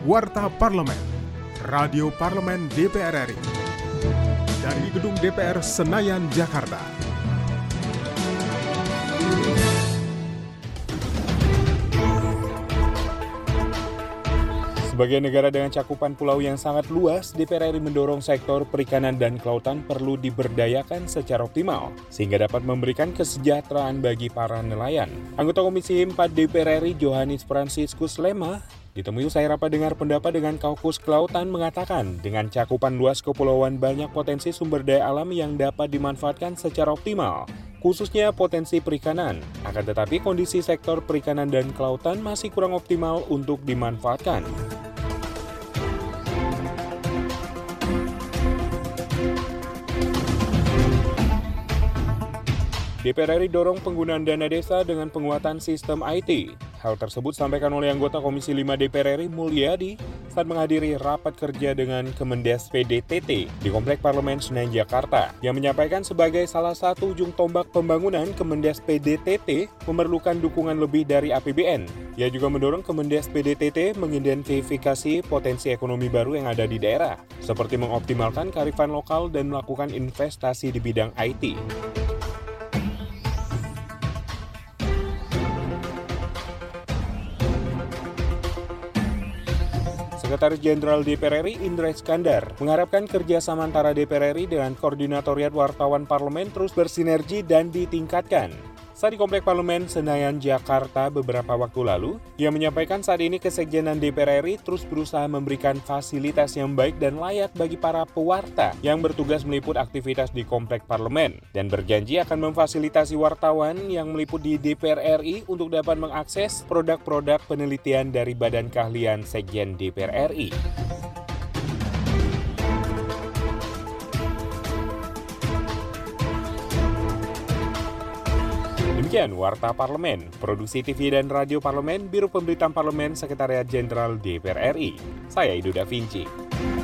Warta Parlemen, Radio Parlemen DPR RI. Dari Gedung DPR Senayan, Jakarta. Sebagai negara dengan cakupan pulau yang sangat luas, DPR RI mendorong sektor perikanan dan kelautan perlu diberdayakan secara optimal, sehingga dapat memberikan kesejahteraan bagi para nelayan. Anggota Komisi 4 DPR RI Johannes Franciscus Lema ditemui usai rapat dengar pendapat dengan Kaukus Kelautan mengatakan, dengan cakupan luas kepulauan banyak potensi sumber daya alam yang dapat dimanfaatkan secara optimal, khususnya potensi perikanan. Akan tetapi kondisi sektor perikanan dan kelautan masih kurang optimal untuk dimanfaatkan. DPR RI dorong penggunaan dana desa dengan penguatan sistem IT. Hal tersebut disampaikan oleh anggota Komisi 5 DPR RI Mulyadi saat menghadiri rapat kerja dengan Kemendes PDTT di Komplek Parlemen Senayan, Jakarta, yang menyampaikan sebagai salah satu ujung tombak pembangunan Kemendes PDTT memerlukan dukungan lebih dari APBN. Ia juga mendorong Kemendes PDTT mengidentifikasi potensi ekonomi baru yang ada di daerah, seperti mengoptimalkan kearifan lokal dan melakukan investasi di bidang IT. Sekretaris Jenderal DPR RI Indra Iskandar mengharapkan kerjasama antara DPR RI dengan Koordinatoriat Wartawan Parlemen terus bersinergi dan ditingkatkan. Saat di Komplek Parlemen Senayan, Jakarta beberapa waktu lalu, ia menyampaikan saat ini Kesekjenan DPR RI terus berusaha memberikan fasilitas yang baik dan layak bagi para pewarta yang bertugas meliput aktivitas di Komplek Parlemen, dan berjanji akan memfasilitasi wartawan yang meliput di DPR RI untuk dapat mengakses produk-produk penelitian dari Badan Keahlian Sekjen DPR RI. Demikian Warta Parlemen, Produksi TV dan Radio Parlemen, Biro Pemberitaan Parlemen, Sekretariat Jenderal DPR RI. Saya Edo Da Vinci.